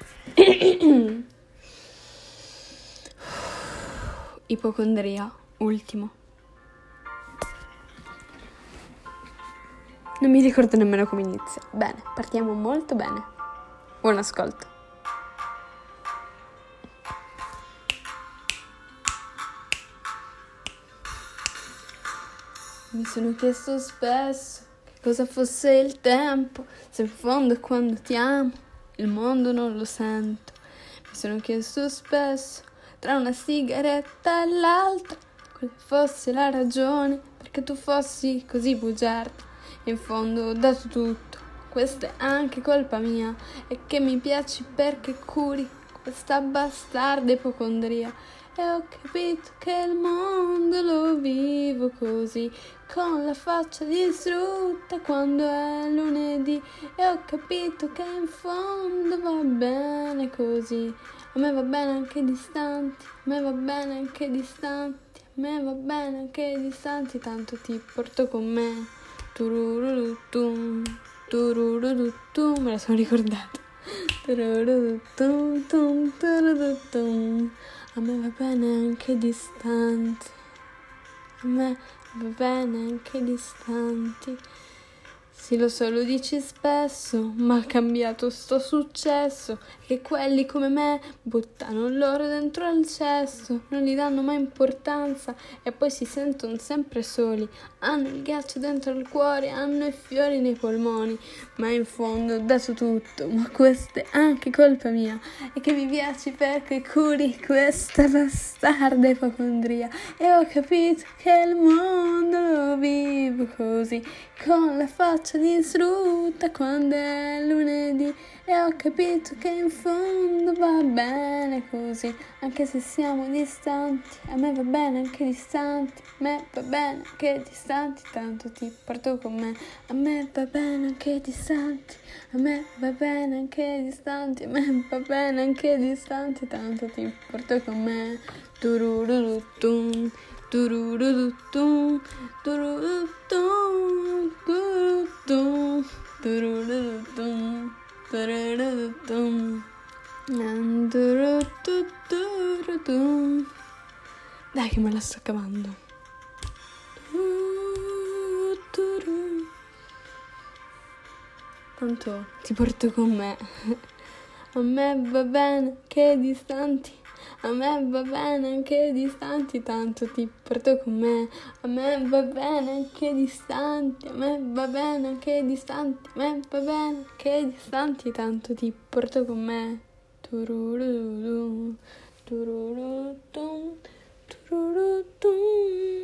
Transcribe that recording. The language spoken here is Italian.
Ipocondria, ultimo. Non mi ricordo nemmeno come inizia. Bene, partiamo molto bene. Buon ascolto. Mi sono chiesto spesso che cosa fosse il tempo, se in fondo quando ti amo il mondo non lo sento. Mi sono chiesto spesso tra una sigaretta e l'altra quale fosse la ragione perché tu fossi così bugiarda. In fondo ho dato tutto, questa è anche colpa mia, e che mi piaci perché curi questa bastarda ipocondria. E ho capito che il mondo lo vivo così, con la faccia distrutta quando è lunedì. E ho capito che in fondo va bene così. A me va bene anche distanti, a me va bene anche distanti, a me va bene anche distanti, tanto ti porto con me. Tururutum, tururutum, me la sono ricordata. Tururutum, tum, tururutum. A me va bene anche distanti, a me va bene anche distanti. Sì, lo so, lo dici spesso, ma ha cambiato sto successo, che quelli come me buttano loro dentro al cesso, non gli danno mai importanza e poi si sentono sempre soli, hanno il ghiaccio dentro il cuore, hanno i fiori nei polmoni, ma in fondo ho dato tutto, ma questa è anche colpa mia, e che mi piaci perché curi questa bastarda ipocondria. E ho capito che il mondo lo vivo così, con la faccia distrutta quando è lunedì. E ho capito che in fondo va bene così, anche se siamo distanti. A me va bene anche distanti, a me va bene anche distanti, tanto ti porto con me. A me va bene anche distanti, a me va bene anche distanti, a me va bene anche distanti, tanto ti porto con me. Tururutum, tururutum, tururutum, tururutum, tururutum, tururutum, tururutum. Dai che me la sto cavando. Tanto ti porto con me. A me va bene che distanti, a me va bene anche distanti, tanto ti porto con me. A me va bene anche distanti, a me va bene anche distanti, a me va bene anche distanti, tanto ti porto con me. Tururutum, tururutum, tururutum.